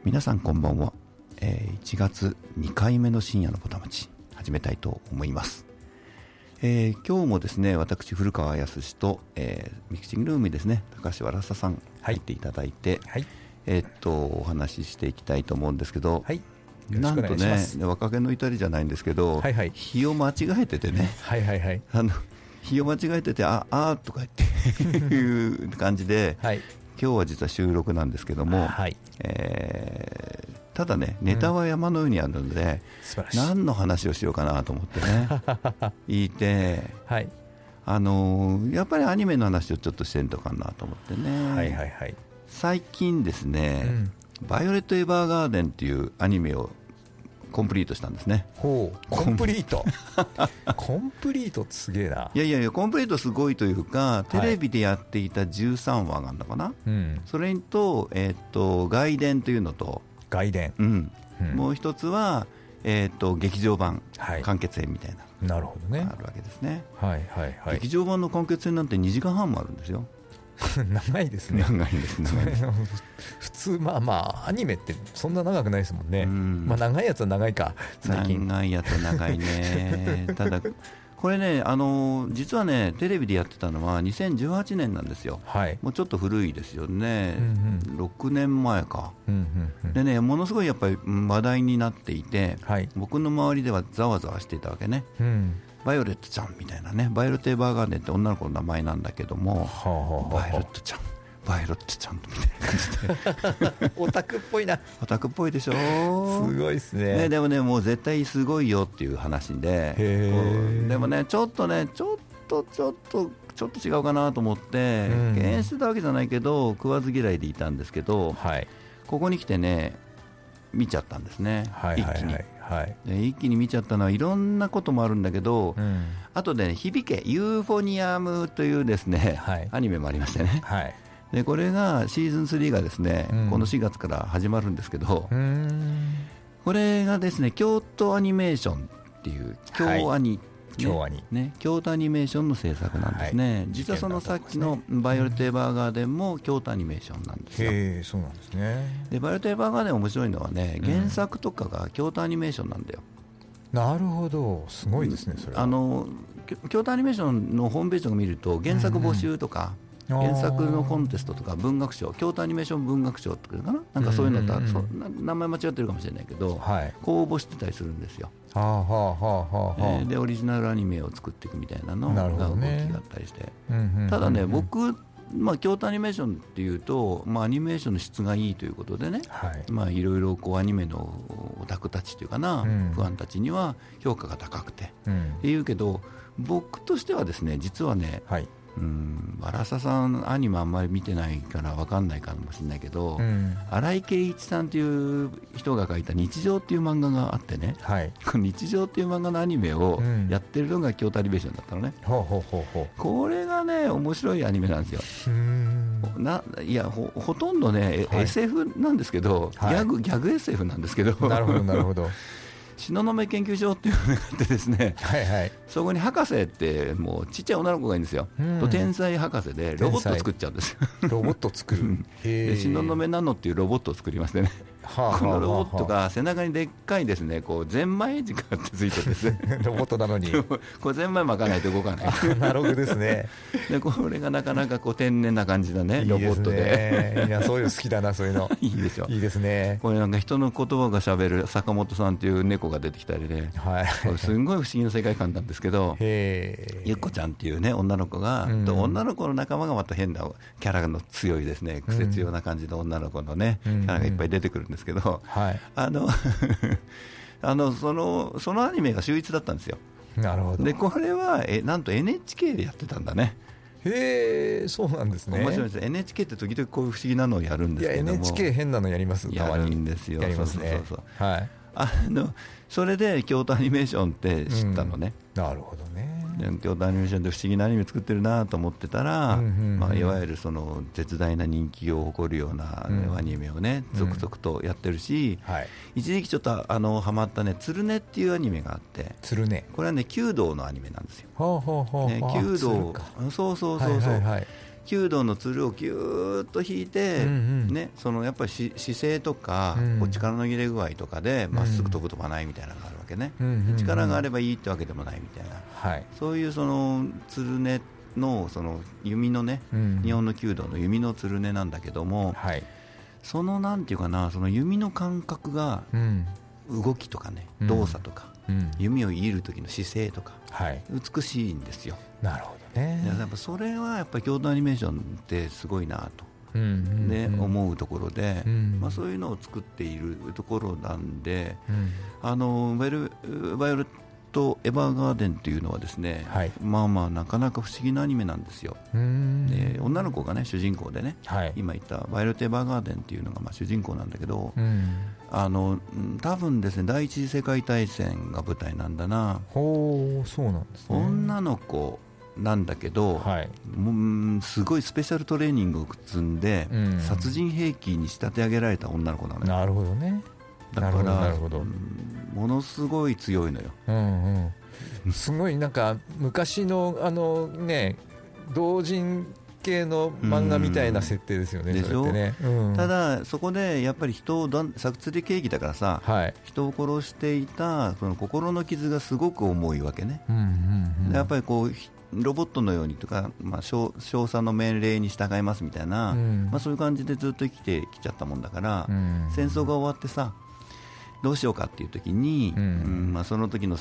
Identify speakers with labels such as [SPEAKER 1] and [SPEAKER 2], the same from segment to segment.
[SPEAKER 1] 皆さんこんばんは。1月2回目の深夜のぼたまち始めたいと思います。今日もですね、私古川康と、ミキシングルームにですね、高橋わらささん入っていただいて、
[SPEAKER 2] はい、
[SPEAKER 1] お話ししていきたいと思うんですけど、
[SPEAKER 2] はい、
[SPEAKER 1] なんとね、若気の至りじゃないんですけど、
[SPEAKER 2] はいはい、
[SPEAKER 1] 日を間違えててね、
[SPEAKER 2] はいはいはい、
[SPEAKER 1] 日を間違えてて、あーとか言っていう感じで、はい、今日は実は収録なんですけども、はい、ただね、ネタは山のようにあるので、何の話をしようかなと思ってね言いて、はい、やっぱりアニメの話をちょっとしてんとかなと思ってね、はいはいはい、最近ですね、バイオレット・エヴァーガーデンっていうアニメをコンプリートしたんですね。
[SPEAKER 2] ほう、コンプリートコンプリートってすげえな。
[SPEAKER 1] いやいやいや、コンプリートすごいというか、テレビでやっていた13話があるのかな、それと、外伝というのと、
[SPEAKER 2] 外伝、
[SPEAKER 1] もう一つは、劇場版、完結編みたいな、
[SPEAKER 2] なるほどね、
[SPEAKER 1] あるわけですね。
[SPEAKER 2] はいはいはい、
[SPEAKER 1] 劇場版の完結編なんて2時間半もあるんですよ。
[SPEAKER 2] 長いですね。
[SPEAKER 1] 長いですね。
[SPEAKER 2] 普通、まあまあアニメってそんな長くないですもんね。まあ長いやつは長いか、最近。
[SPEAKER 1] 長いやつは長いね。ただこれね、実はね、テレビでやってたのは2018年なんですよ。はい、もうちょっと古いですよね。6年前か。でね、ものすごいやっぱり話題になっていて、はい、僕の周りではざわざわしていたわけね。バイオレットちゃんみたいなね、バイオレット・エヴァーガーデンって女の子の名前なんだけども、バイオレットちゃん、バイオレットちゃんみたいな感じで
[SPEAKER 2] オタクっぽいな。
[SPEAKER 1] オタクっぽいでしょ。
[SPEAKER 2] すごいですね。
[SPEAKER 1] でもね、もう絶対すごいよっていう話で、でもね、ちょっと違うかなと思って敬遠してたわけじゃないけど、食わず嫌いでいたんですけど、はい、ここに来てね、見ちゃったんですね、一気に。一気に見ちゃったのはいろんなこともあるんだけど、あとで、ね、響けユーフォニアムというですね、アニメもありましてね、でこれがシーズン3がですね、この4月から始まるんですけど、これがですね、京都アニメーションっていう京アニ、京都アニメーションの制作なんですね。実はそのさっきのバイオレット・エヴァーガーデンも京都アニメーションなんですよ。
[SPEAKER 2] そうなんですね。
[SPEAKER 1] でバイオレット・エヴァーガーデン面白いのはね、原作とかが京都アニメーションなんだよ。
[SPEAKER 2] なるほど、すごいですね。それは
[SPEAKER 1] 京都アニメーションのホームページを見ると、原作募集とか、原作のコンテストとか文学賞、京都アニメーション文学賞とかかな、なんかそういうのと、名前間違ってるかもしれないけど、公募してたりするんですよ。でオリジナルアニメを作っていくみたいなのが動きがあったりして、ただね、僕、京都アニメーションっていうと、アニメーションの質がいいということでね、いろいろアニメのオタクたちというかな、ファンたちには評価が高くて、っていうけど、僕としてはですね、実はね、わらささんアニメあんまり見てないから分かんないかもしれないけど、新井圭一さんという人が書いた日常っていう漫画があってね、この日常っていう漫画のアニメをやってるのが京都アニメーションだったのね。これがね、面白いアニメなんですよ。いや ほとんどね、SF なんですけど、ギャグ SF なんですけど、
[SPEAKER 2] なるほどなるほど
[SPEAKER 1] 東雲研究所っていうのがあってですね、そこに博士ってもうちっちゃい女の子がいるんですよ。天才博士でロボットを作っちゃうんですよ。
[SPEAKER 2] ロボットを作る
[SPEAKER 1] で東雲ナノっていうロボットを作りましてね、このロボットが背中にでっかいですね、ゼンマイエッジがってついてるんですね。
[SPEAKER 2] ロボットなのに
[SPEAKER 1] これゼンマイ巻かないと動かない。
[SPEAKER 2] アナログですね。
[SPEAKER 1] でこれがなかなか天然な感じだね、ロボットで。
[SPEAKER 2] いや、そういうの好きだな、そういうの
[SPEAKER 1] いいでしょ。
[SPEAKER 2] いいですね。
[SPEAKER 1] これなんか人の言葉がしゃべる坂本さんっていう猫が出てきたりで、すごい不思議な世界観なんですけど、ゆっこちゃんっていうね、女の子が、女の子の仲間がまた変なキャラの強いですね、癖強な感じの女の子のね、キャラがいっぱい出てくるんですけど、そのアニメが秀逸だったんですよ。
[SPEAKER 2] なるほど。
[SPEAKER 1] でこれはなんと NHK でやってたんだね。
[SPEAKER 2] へえ、そうなんですね。
[SPEAKER 1] 面白いです。 NHK って時々こういう不思議なのをやるんですけども、
[SPEAKER 2] いや NHK 変なのやります。
[SPEAKER 1] やるんですよ。
[SPEAKER 2] やりますね。
[SPEAKER 1] それで京都アニメーションって知ったのね。
[SPEAKER 2] なるほどね。
[SPEAKER 1] 京都アニメーションで不思議なアニメ作ってるなと思ってたら、いわゆるその絶大な人気を誇るようなアニメをね、続々とやってるし、一時期ちょっとハマったね、鶴音っていうアニメがあって、
[SPEAKER 2] 鶴音、
[SPEAKER 1] これはね弓道のアニメなんですよ。
[SPEAKER 2] 弓
[SPEAKER 1] 道、そう弓道のつるをぎゅーっと引いて、ね、そのやっぱり姿勢とか、こう力の入れ具合とかでまっすぐ飛ぶ飛ばないみたいなのがあるわけね、力があればいいってわけでもないみたいな、そういうそのつるねの、その弓のね、日本の弓道の弓のつるねなんだけども、そのなんていうかな、その弓の感覚が、動きとかね、動作とか、弓を射る時の姿勢とか、美しいんですよ。
[SPEAKER 2] なるほどね。
[SPEAKER 1] やっぱそれはやっぱり京都アニメーションってすごいなと、思うところで、まあ、そういうのを作っているところなんで、バイオレット・エヴァーガーデンというのはですね、まあまあなかなか不思議なアニメなんですよ。で女の子がね主人公でね、今言ったバイオレット・エヴァーガーデンというのがまあ主人公なんだけど、多分ですね第一次世界大戦が舞台なんだな。
[SPEAKER 2] そうなんですね。
[SPEAKER 1] 女の子なんだけど、すごいスペシャルトレーニングを積んで、殺人兵器に仕立て上げられた女の子なのよ。
[SPEAKER 2] なるほどね。
[SPEAKER 1] だからものすごい強いのよ。
[SPEAKER 2] すごいなんか昔のね同人系の漫画みたいな設定ですよね。
[SPEAKER 1] でしょ。
[SPEAKER 2] それってね、
[SPEAKER 1] ただそこでやっぱり人を殺戮兵器だからさ、人を殺していたその心の傷がすごく重いわけね。やっぱりこうロボットのようにとか、まあ、少佐の命令に従いますみたいな、まあ、そういう感じでずっと生きてきちゃったもんだから、戦争が終わってさどうしようかっていう時に、まあ、その時の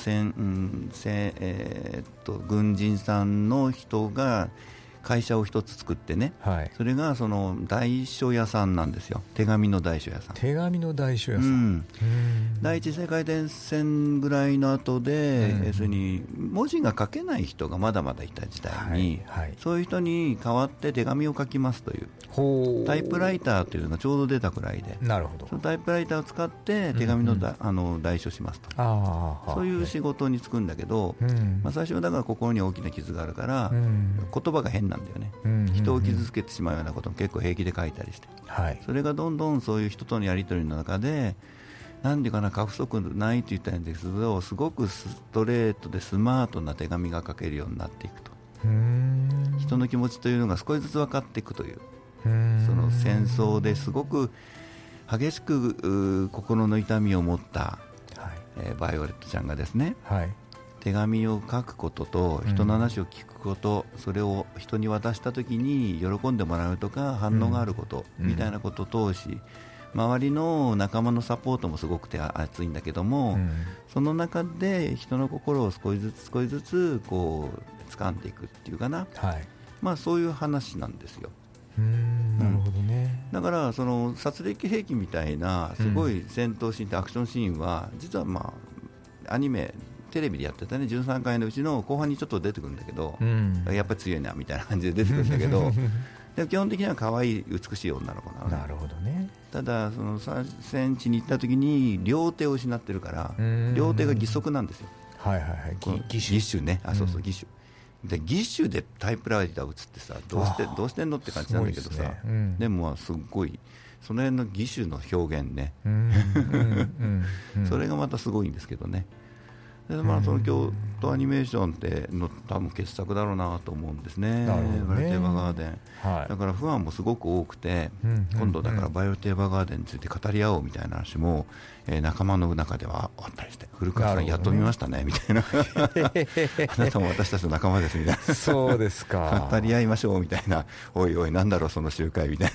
[SPEAKER 1] 軍人さんの人が会社を一つ作ってね、それがその代書屋さんなんですよ。手紙の代書屋さん。
[SPEAKER 2] 手紙の代書屋さん、
[SPEAKER 1] 第一次世界大戦ぐらいの後で、要するに文字が書けない人がまだまだいた時代に、そういう人に代わって手紙を書きますというタイプライターというのがちょうど出たくらいで、
[SPEAKER 2] なるほど。
[SPEAKER 1] そのタイプライターを使って手紙の代書しますと、そういう仕事に就くんだけど、まあ、最初はだから心に大きな傷があるから、言葉が変なんだよね。人を傷つけてしまうようなことも結構平気で書いたりして、それがどんどんそういう人とのやり取りの中でなんていうかな、過不足ないと言ったんですけど、すごくストレートでスマートな手紙が書けるようになっていくと、人の気持ちというのが少しずつ分かっていくという、その戦争ですごく激しく心の痛みを持った、バイオレットちゃんがですね、手紙を書くことと人の話を聞くこと、それを人に渡したときに喜んでもらうとか反応があること、みたいなことを通し、周りの仲間のサポートもすごく熱いんだけども、その中で人の心を少しずつ少しずつこう掴んでいくっていうかな、まあ、そういう話なんですよ。
[SPEAKER 2] なるほどね。
[SPEAKER 1] だからその殺戮兵器みたいなすごい戦闘シーンとアクションシーンは実はまあアニメテレビでやってたね13回のうちの後半にちょっと出てくるんだけど、やっぱり強いなみたいな感じで出てくるんだけどでも基本的には可愛い美しい女の子なのね。
[SPEAKER 2] なるほどね。
[SPEAKER 1] ただその戦地に行った時に両手を失ってるから両手が義足なんですよ。義手ね、そうそう、義手で、義手でタイプライターを打つってさ、どうしてんのって感じなんだけどさ、でもすごいその辺の義手の表現ねそれがまたすごいんですけどね。でまあ、その京都アニメーションっての多分傑作だろうなと思うんですね。バイオレット・エヴァーガーデン、だからファンもすごく多くて、今度だからバイオレット・エヴァーガーデンについて語り合おうみたいな話も、仲間の中ではあったりして、古川さんやっと見ましたねみたいなあなたも私たちの仲間ですみたいな
[SPEAKER 2] そうですか
[SPEAKER 1] 語り合いましょうみたいな、おいおいなんだろうその集会みたい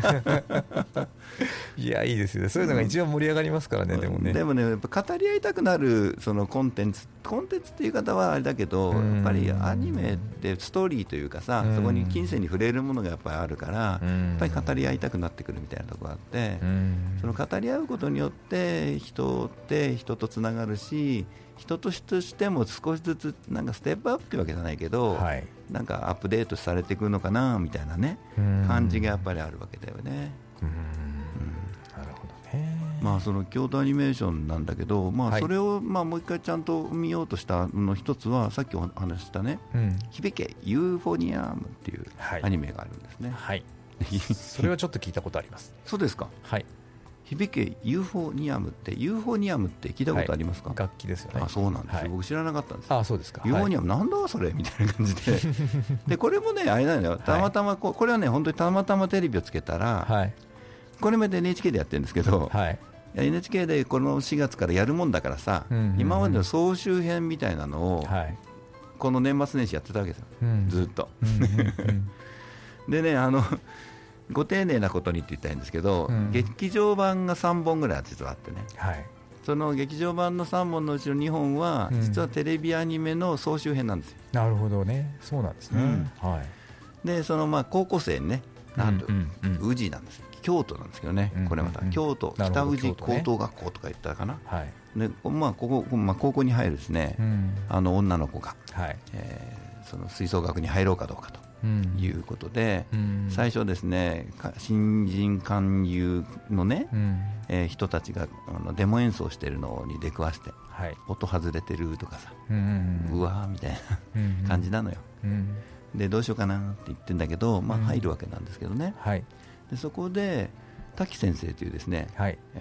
[SPEAKER 1] ない
[SPEAKER 2] やいいですよね、そういうのが一番盛り上がりますからね。でもね
[SPEAKER 1] やっぱ語り合いたくなるそのコンテンツっていう言い方はあれだけど、やっぱりアニメってストーリーというかさ、そこに金銭に触れるものがやっぱりあるから、やっぱり語り合いたくなってくるみたいなところがあって、その語り合うことによって人って人とつながるし、人としても少しずつなんかステップアップっていうわけじゃないけど、なんかアップデートされていくのかなみたいなね感じがやっぱりあるわけだよね。
[SPEAKER 2] なるほどね。
[SPEAKER 1] まあ、その京都アニメーションなんだけど、まあ、それをまあもう一回ちゃんと見ようとしたの一つはさっきお話ししたね、響けユーフォニアムっていうアニメがあるんですね。
[SPEAKER 2] それはちょっと聞いたことあります。
[SPEAKER 1] そうですか。 響けユーフォニアムって聞いたことありますか？
[SPEAKER 2] 楽器ですよね。
[SPEAKER 1] あ、そうなんですよ、僕知らなかったんですよ。
[SPEAKER 2] あ、そうですか。
[SPEAKER 1] ユーフォニアムなんだそれみたいな感じででこれもねあれなんだよ、たまたまこれはね本当にたまたまテレビをつけたら、これまで NHK でやってるんですけど、NHK でこの4月からやるもんだからさ、今までの総集編みたいなのを、この年末年始やってたわけですよ、ずっとでね、ご丁寧なことにって言ったらいいんですけど、劇場版が3本ぐらい実はあってね、その劇場版の3本のうちの2本は、実はテレビアニメの総集編なんですよ。
[SPEAKER 2] なるほどね、そうなんですね。
[SPEAKER 1] でその高校生にね、なんと宇治なんです、京都なんですけどね、これまた京都北宇治高等学校とか言ったかな、で高校に入るですね、女の子が、その吹奏楽に入ろうかどうかということで、最初ですね、新人勧誘のね、人たちがデモ演奏しているのに出くわして、音外れてるとかさ、うわーみたいな感じなのよ。でどうしようかなって言ってんだけど、入るわけなんですけどね、でそこで滝先生というですね、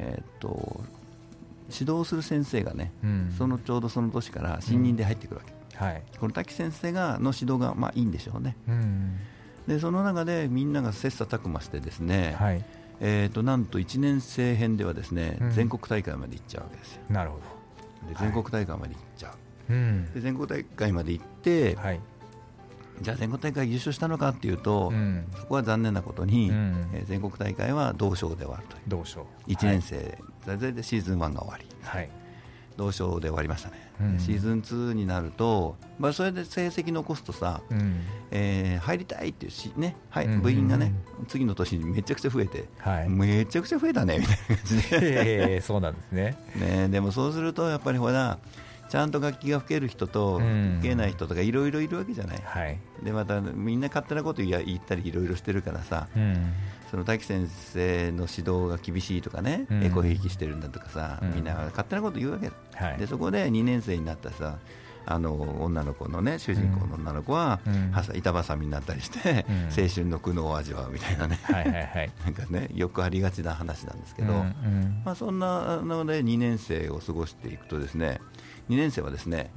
[SPEAKER 1] 指導する先生がね、ちょうどその年から新任で入ってくるわけ。この滝先生の指導がいいんでしょうね。でその中でみんなが切磋琢磨してですね、なんと1年生編ではですね、全国大会まで行っちゃうわけですよ。
[SPEAKER 2] なるほ
[SPEAKER 1] ど。で全国大会まで行っちゃう、で全国大会まで行って、じゃあ全国大会優勝したのかっていうと、そこは残念なことに、全国大会は同賞で終わるという。
[SPEAKER 2] 同賞
[SPEAKER 1] 1年生、それでシーズン1が終わり、同賞で終わりましたね。シーズン2になると、それで成績残すとさ、入りたいっていうね、部員がね、次の年にめちゃくちゃ増えて、めちゃくちゃ増えたねみたいな感じで
[SPEAKER 2] そうなんですね。
[SPEAKER 1] でもそうするとやっぱりほら、ちゃんと楽器が吹ける人と吹けない人とかいろいろいるわけじゃない、でまたみんな勝手なこと言ったりいろいろしてるからさ、その滝先生の指導が厳しいとかね、エコひいきしてるんだとかさ、みんな勝手なこと言うわけだ、でそこで2年生になったさ、女の子のね、主人公の女の子は、板挟みになったりして、青春の苦悩を味わうみたいなね、なんかね、よくありがちな話なんですけど、そんなので2年生を過ごしていくとですね、2年生はですね、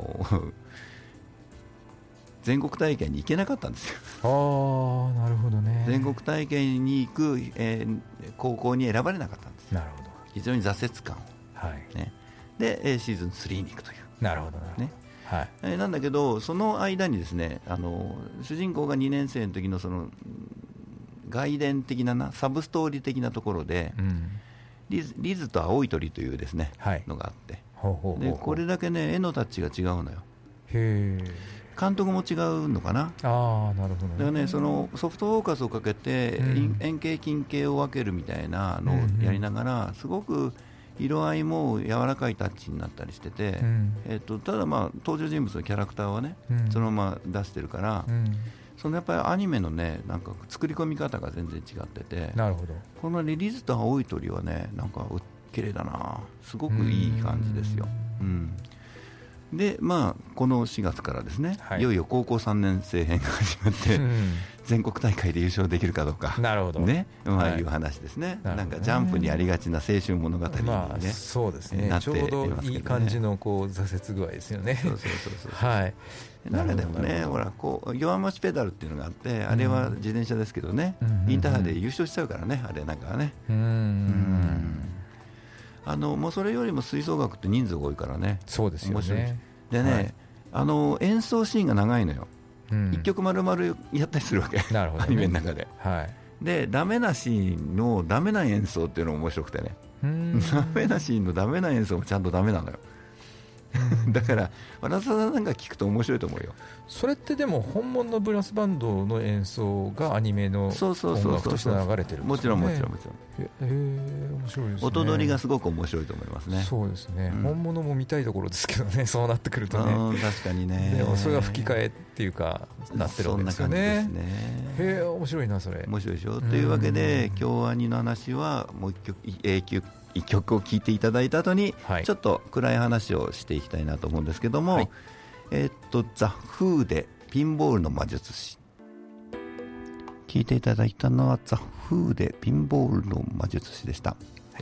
[SPEAKER 1] 全国大会に行けなかったんですよ。
[SPEAKER 2] なるほどね。
[SPEAKER 1] 全国大会に行く、高校に選ばれなかったんです。
[SPEAKER 2] なるほど。
[SPEAKER 1] 非常に挫折感、でシーズン3に行くという。
[SPEAKER 2] なるほどね。
[SPEAKER 1] なんだけど、その間にですね、主人公が2年生の時のその外伝的なサブストーリー的なところで、リズと青い鳥というですね、のがあって、でこれだけね、絵のタッチが違うのよ。監督も違うのかな。
[SPEAKER 2] なるほどね。
[SPEAKER 1] だからね、そのソフトフォーカスをかけて、円形近景を分けるみたいなのをやりながら、すごく色合いも柔らかいタッチになったりしてて、ただ登場人物のキャラクターはね、そのまま出してるから、そのやっぱりアニメのね、なんか作り込み方が全然違ってて、
[SPEAKER 2] なるほど。
[SPEAKER 1] このリズと青い鳥はね、なんか綺麗だな、すごくいい感じですよ。でこの4月からですね、いよいよ高校3年生編が始まって、全国大会で優勝できるかどうか、
[SPEAKER 2] なるほど
[SPEAKER 1] ね、いう話ですね。なんかジャンプにありがちな青春物語にね、
[SPEAKER 2] そうですね、ちょうどいい感じの挫折具合ですよね。
[SPEAKER 1] 中でもね、ほら弱虫ペダルっていうのがあって、あれは自転車ですけどね、インターハイで優勝しちゃうからね、あれなんかはね。もうそれよりも吹奏楽って人数が多いからね、
[SPEAKER 2] そうですよね。
[SPEAKER 1] でね、演奏シーンが長いのよ。一曲丸々やったりするわけ、アニメの中で。でダメなシーンのダメな演奏っていうのが面白くてね、ダメなシーンのダメな演奏もちゃんとダメなのよ。だから和田さんなんか聞くと面白いと思うよ。
[SPEAKER 2] それってでも本物のブラスバンドの演奏がアニメの音楽として流れてるんですかね。
[SPEAKER 1] もちろん面
[SPEAKER 2] 白いですね。
[SPEAKER 1] 音取りがすごく面白いと思いますね。
[SPEAKER 2] そうですね、本物も見たいところですけどね、そうなってくるとね。
[SPEAKER 1] 確かにね。
[SPEAKER 2] でもそれが吹き替えっていうかなってるわけですよね。
[SPEAKER 1] そんな感じですね。
[SPEAKER 2] 面白いな、それ。
[SPEAKER 1] 面白いでしょ。というわけで京アニの話はもう一曲を聴いていただいた後に、ちょっと暗い話をしていきたいなと思うんですけども、ザ・フーでピンボールの魔術師。聴いていただいたのはザ・フーでピンボールの魔術師でした。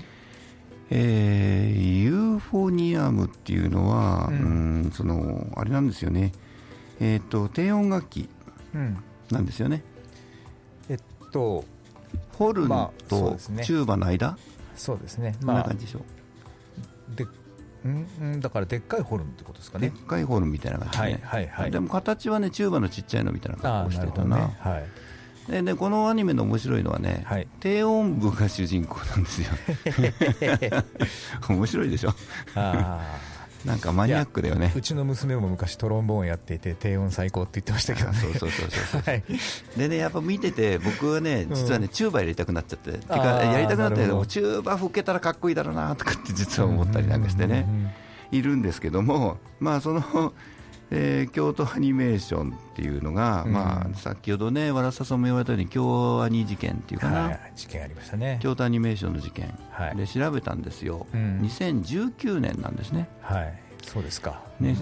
[SPEAKER 1] ユーフォニアムっていうのは、あれなんですよね、低音楽器なんですよね。ホルンとチューバの間、
[SPEAKER 2] そうですね、
[SPEAKER 1] こんな感じでしょ。
[SPEAKER 2] だからでっかいホルンってことですかね。
[SPEAKER 1] でっかいホルンみたいな感じね、でも形はねチューバのちっちゃいのみたいな格好してたな。でこのアニメの面白いのはね、低音部が主人公なんですよ面白いでしょなんかマニアックだよね。
[SPEAKER 2] うちの娘も昔トロンボーンやっていて低音最高って言ってましたけどね。そう
[SPEAKER 1] でね、やっぱ見てて僕はね、実はねチューバやりたくなっちゃって、てかやりたくなって、チューバ吹けたらかっこいいだろうなとかって実は思ったりなんかしてね、いるんですけども、まあその京都アニメーションっていうのが、先ほどね和田さんも言われたように京アニ事件っていうかな、
[SPEAKER 2] 事件ありましたね。
[SPEAKER 1] 京都アニメーションの事件、で調べたんですよ、2019年なんですね。
[SPEAKER 2] そうですか、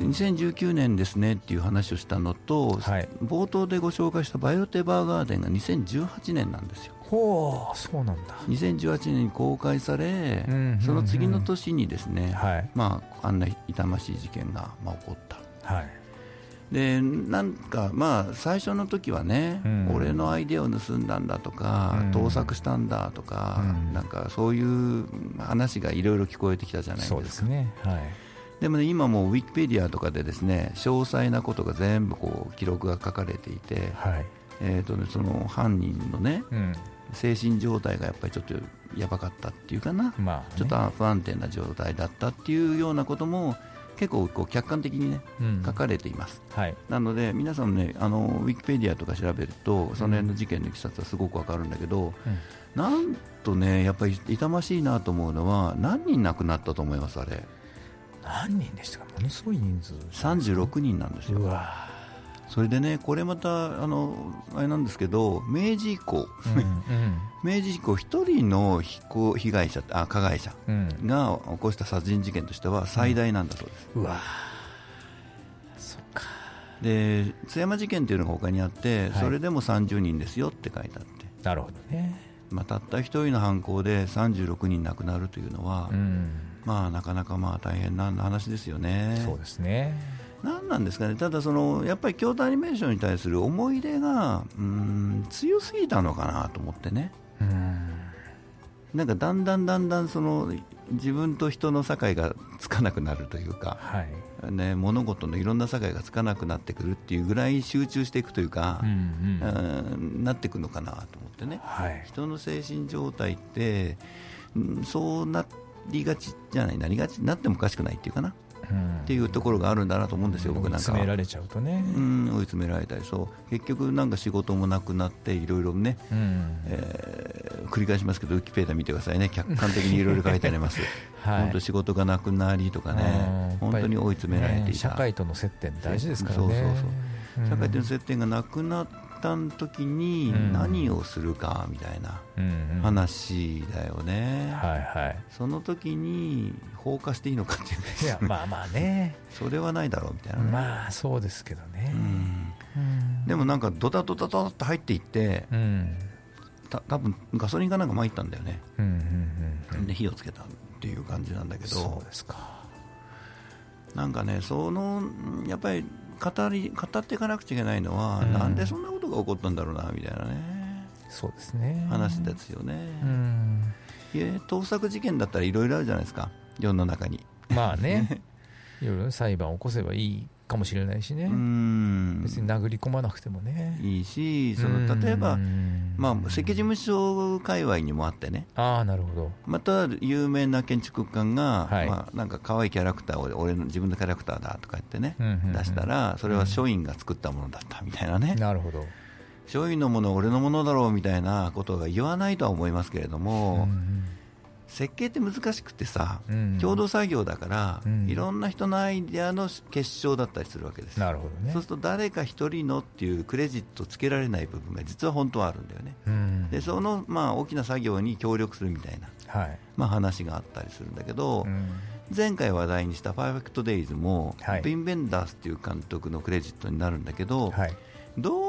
[SPEAKER 1] 2019年ですねっていう話をしたのと、冒頭でご紹介したバイオテバーガーデンが2018年なんですよ。
[SPEAKER 2] ほう、そうなんだ。
[SPEAKER 1] 2018年に公開され、その次の年にですね、あんな痛ましい事件が起こった。でなんか最初の時はね、俺のアイデアを盗んだんだとか、盗作したんだとか、なんかそういう話がいろいろ聞こえてきたじゃないですか。そうですね、でもね、今もうウィキペディアとかでですね詳細なことが全部こう記録が書かれていて、その犯人のね、精神状態がやっぱりちょっとやばかったっていうかな、ちょっと不安定な状態だったっていうようなことも結構こう客観的にね、書かれています。なので皆さんね、ウィキペディアとか調べるとその辺の事件のいきさつはすごくわかるんだけど、なんとねやっぱり痛ましいなと思うのは、何人亡くなったと思います？あれ
[SPEAKER 2] 何人でしたか？ものすごい人数。
[SPEAKER 1] 36人なんですよ。それでね、これまたあれなんですけど、明治以降、明治以降1人の加害者が起こした殺人事件としては最大なんだそうです。
[SPEAKER 2] そっか。
[SPEAKER 1] で津山事件というのが他にあって、それでも30人ですよって書いてあって、
[SPEAKER 2] なるほどね。
[SPEAKER 1] たった1人の犯行で36人亡くなるというのは、なかなか大変な話ですよね。
[SPEAKER 2] そうですね。
[SPEAKER 1] 何なんですかね。ただやっぱり京都アニメーションに対する思い入れが強すぎたのかなと思ってね。なんかだんだん自分と人の境がつかなくなるというか、物事のいろんな境がつかなくなってくるっていうぐらい集中していくというか、なっていくのかなと思ってね。人の精神状態ってそうなりがちじゃない、なりがちになってもおかしくないっていうかな、っていうところがあるんだなと思うんですよ。僕なんか
[SPEAKER 2] 追い詰められちゃうとね、
[SPEAKER 1] 追い詰められたり、結局なんか仕事もなくなっていろいろね、繰り返しますけどウィキペディア見てくださいね。客観的にいろいろ書いてあります本当仕事がなくなりとかね、本当に追い詰められていた。
[SPEAKER 2] 社会との接点大事ですからね。
[SPEAKER 1] 社会との接点がなくなった時に何をするかみたいな話だよね。その時に放火していいのかっていう、
[SPEAKER 2] いやね
[SPEAKER 1] それはないだろうみたいな、
[SPEAKER 2] そうですけどね。
[SPEAKER 1] でもなんかドタドタドタって入っていって、多分ガソリンかなんか撒いたんだよね。で火をつけたっていう感じなんだけど、
[SPEAKER 2] そうですか。
[SPEAKER 1] なんかね、やっぱり語っていかなくちゃいけないのは、なんでそんなことが起こったんだろうなみたいなね、
[SPEAKER 2] そうですね、
[SPEAKER 1] 話ですよね。盗作事件だったらいろいろあるじゃないですか、世の中に。
[SPEAKER 2] いろいろ裁判を起こせばいいかもしれないしね。別に殴り込まなくてもね
[SPEAKER 1] いいし、例えば設計事務所界隈にもあってね。
[SPEAKER 2] なるほど。
[SPEAKER 1] また有名な建築家が、なんか可愛いキャラクターを俺の自分のキャラクターだとか言ってね、出したら、それは書院が作ったものだったみたいなね。
[SPEAKER 2] なるほど。
[SPEAKER 1] 書院のものは俺のものだろうみたいなことが言わないとは思いますけれども、設計って難しくてさ、共同作業だから、いろんな人のアイデアの結晶だったりするわけです。
[SPEAKER 2] なるほどね。
[SPEAKER 1] そうすると誰か一人のっていうクレジットつけられない部分が実は本当はあるんだよね。でその、大きな作業に協力するみたいな、話があったりするんだけど、前回話題にしたパーフェクトデイズも、ヴィン・ベンダースっていう監督のクレジットになるんだけど、どう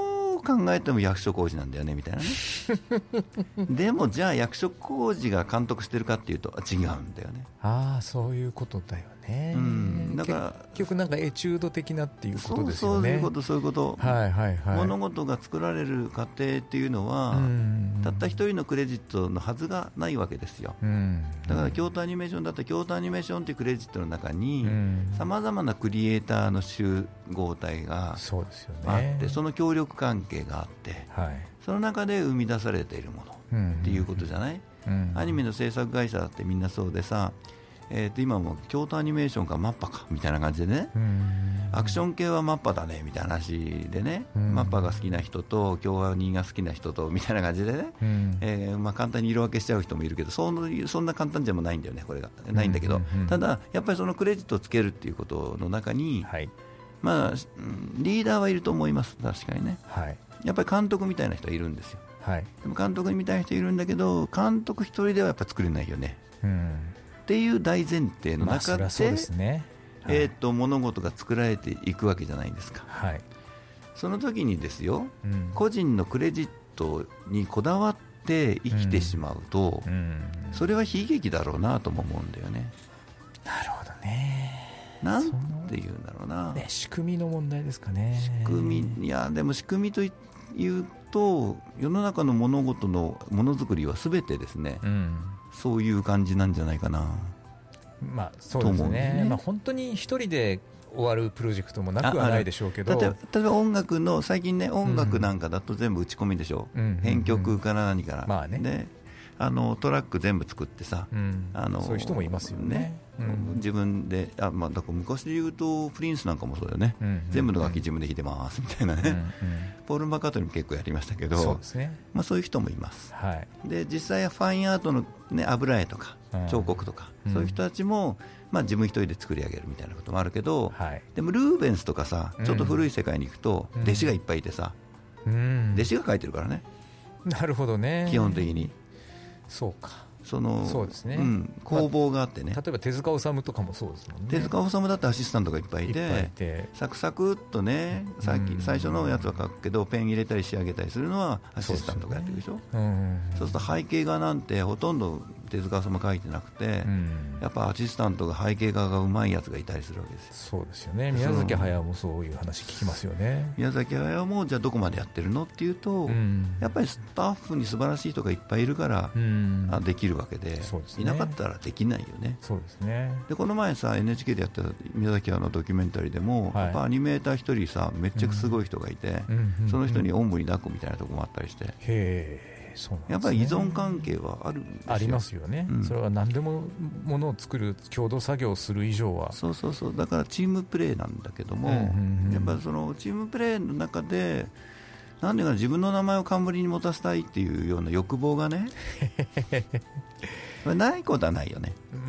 [SPEAKER 1] 考えても役所広司なんだよねみたいなねでもじゃあ役所広司が監督してるかっていうと違うんだよね。
[SPEAKER 2] そういうことだよね、
[SPEAKER 1] だから
[SPEAKER 2] 結局なんかエチュード的なっていうことですよね。
[SPEAKER 1] そういうこと、
[SPEAKER 2] はいはいはい、
[SPEAKER 1] 物事が作られる過程っていうのは、たった一人のクレジットのはずがないわけですよ。だから京都アニメーションだったら京都アニメーションというクレジットの中にさまざまなクリエイターの集合体があって、その協力関係があって、その中で生み出されているものっていうことじゃない。アニメの制作会社だってみんなそうでさ、今も京都アニメーションかマッパかみたいな感じでね、アクション系はマッパだねみたいな話でね、マッパが好きな人と京アニが好きな人とみたいな感じでね、簡単に色分けしちゃう人もいるけど、そんな簡単じゃもないんだよね、これがないんだけど、ただやっぱりそのクレジットをつけるっていうことの中に、リーダーはいると思います。確かにね、やっぱり監督みたいな人はいるんですよ。でも監督みたいな人いるんだけど、監督一人ではやっぱ作れないよね、っていう大前提の中で、物事が作られていくわけじゃないですか。その時にですよ、個人のクレジットにこだわって生きてしまうと、それは悲劇だろうなとも思うんだよね。
[SPEAKER 2] なるほどね。
[SPEAKER 1] なんていうんだろうな、
[SPEAKER 2] 仕組みの問題ですかね。
[SPEAKER 1] でも仕組みというと、世の中の物事のものづくりはすべてですね、そういう感じなんじゃないかな。
[SPEAKER 2] そうですね。本当に一人で終わるプロジェクトもなくはないでしょうけど、
[SPEAKER 1] 例えば音楽の最近ね、音楽なんかだと全部打ち込みでしょ、編曲から何から、でトラック全部作ってさ、
[SPEAKER 2] そういう人もいますよね。
[SPEAKER 1] 自分でだから昔で言うとプリンスなんかもそうだよね、全部の楽器自分で弾いてますみたいなね、ポール・マッカートニーも結構やりましたけど、そういう人もいます。で実際はファインアートの、油絵とか彫刻とか、そういう人たちも、自分一人で作り上げるみたいなこともあるけど、でもルーベンスとかさ、ちょっと古い世界に行くと、弟子がいっぱいいてさ、弟子が描いてるからね。
[SPEAKER 2] なるほどね。
[SPEAKER 1] 基本的に
[SPEAKER 2] そうか。
[SPEAKER 1] そうですね、工房があってね、
[SPEAKER 2] 例えば手塚治虫とかもそうですもんね。
[SPEAKER 1] 手塚治虫だってアシスタントがいっぱいいて、サクサクっとね、最初のやつは書くけどペン入れたり仕上げたりするのはアシスタントがやってるでしょ。そうすると背景画なんてほとんど手塚治虫書いてなくて、やっぱアシスタントが背景画がうまいやつがいたりするわけですよ。
[SPEAKER 2] そうですよね。宮崎駿もそういう話聞きますよね。
[SPEAKER 1] 宮崎駿もじゃあどこまでやってるのっていうと、やっぱりスタッフに素晴らしい人がいっぱいいるからできるわけで、いなかったらできないよね。
[SPEAKER 2] そうですね。
[SPEAKER 1] でこの前さ NHK でやった宮崎駿のドキュメンタリーでも、やっぱアニメーター一人さめっちゃすごい人がいて、その人におんぶに抱っこみたいなところもあったりして、やっぱり依存関係はあるんですよ。
[SPEAKER 2] ありますよね、それは何でもものを作る共同作業をする以上は。
[SPEAKER 1] そうだからチームプレーなんだけども、やっぱりそのチームプレーの中でなんでか自分の名前を冠に持たせたいっていうような欲望がねないことはないよね。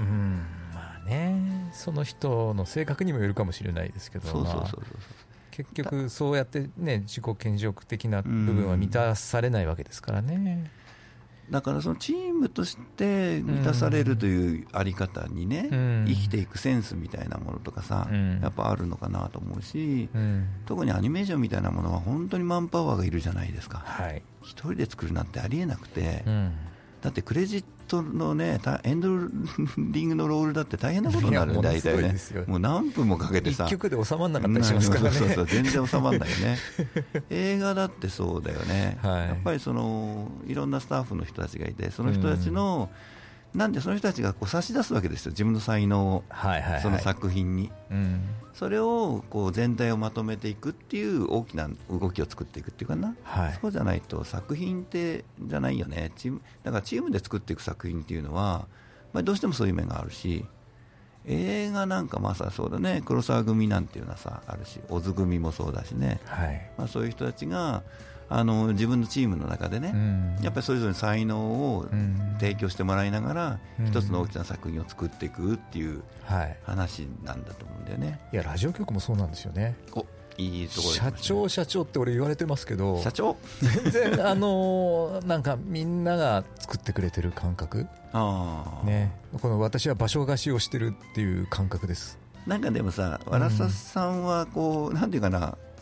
[SPEAKER 2] その人の性格にもよるかもしれないですけど、結局そうやってね、自己顕示欲的な部分は満たされないわけですからね。
[SPEAKER 1] だからそのチームとして満たされるというあり方にね、生きていくセンスみたいなものとかさ、やっぱあるのかなと思うし、特にアニメーションみたいなものは本当にマンパワーがいるじゃないですか。一人で作るなんてありえなくて、だってクレジットのね、エンドリングのロールだって大変なことになるんだよね。もう何分もかけてさ、
[SPEAKER 2] 1曲で収まらなかったりしますからね。
[SPEAKER 1] 全然収まらないよね映画だってそうだよね、やっぱりそのいろんなスタッフの人たちがいて、その人たちの、なんでその人たちがこう差し出すわけですよ、自分の才能を、その作品に、それをこう全体をまとめていくっていう大きな動きを作っていくっていうかな、そうじゃないと作品ってじゃないよね。だからチームで作っていく作品っていうのは、どうしてもそういう面があるし、映画なんかまさそうだね、黒沢組なんていうのはさあるし、小津組もそうだしね、そういう人たちが自分のチームの中でね、やっぱりそれぞれ才能を提供してもらいながら、一つの大きな作品を作っていくっていう話なんだと思うんだよね。
[SPEAKER 2] いや、ラジオ局もそうなんですよね。
[SPEAKER 1] いいところです
[SPEAKER 2] ね。社長って俺言われてますけど、
[SPEAKER 1] 社長
[SPEAKER 2] 全然なんかみんなが作ってくれてる感覚ね、この私は場所貸しをしてるっていう感覚です。
[SPEAKER 1] なんかでもさ、わらささんはこう、なんていうかな、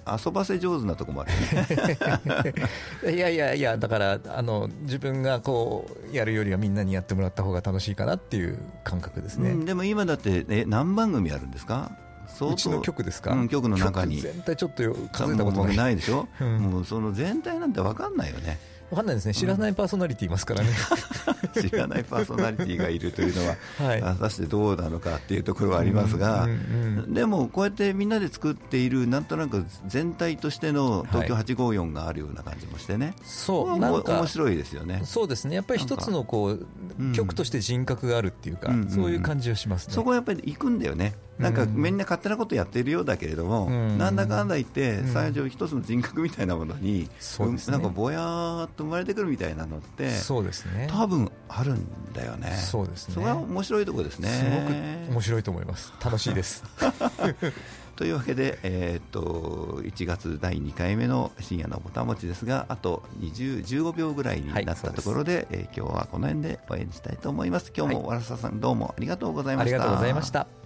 [SPEAKER 1] 遊ばせ上手なとこもある
[SPEAKER 2] いやだから自分がこうやるよりはみんなにやってもらった方が楽しいかなっていう感覚ですね、
[SPEAKER 1] でも今だって何番組あるんですか？
[SPEAKER 2] うちの局ですか？
[SPEAKER 1] 局の中に
[SPEAKER 2] 局全体ちょっと数えたこと
[SPEAKER 1] ないでしょ、もうその全体なんて分かんないよね。
[SPEAKER 2] 分かんないですね、知らないパーソナリティいますからね、
[SPEAKER 1] 知らないパーソナリティがいるというのは、果たしてどうなのかっていうところはありますが、でもこうやってみんなで作っているなんとなく全体としての東京854があるような感じもしてね、
[SPEAKER 2] そうなんか
[SPEAKER 1] 面白いですよね。
[SPEAKER 2] そうですね、やっぱり一つのこう局として人格があるっていうか、そういう感じがしますね。
[SPEAKER 1] そこはやっぱり行くんだよね。なんかみんな勝手なことやっているようだけれども、なんだかんだ言って最初一つの人格みたいなものに、なんかぼやーっと生まれてくるみたいなのって、
[SPEAKER 2] そうですね、
[SPEAKER 1] 多分あるんだよね。
[SPEAKER 2] そうですね、
[SPEAKER 1] それは面白いところですね。
[SPEAKER 2] すごく面白いと思います。楽しいです
[SPEAKER 1] というわけで、1月第2回目の深夜のぼたもちですが、あと15秒ぐらいになったところで、今日はこの辺で終わりにしたいと思います。今日もわらささん、どうもありがとうございました。
[SPEAKER 2] ありがとうございました。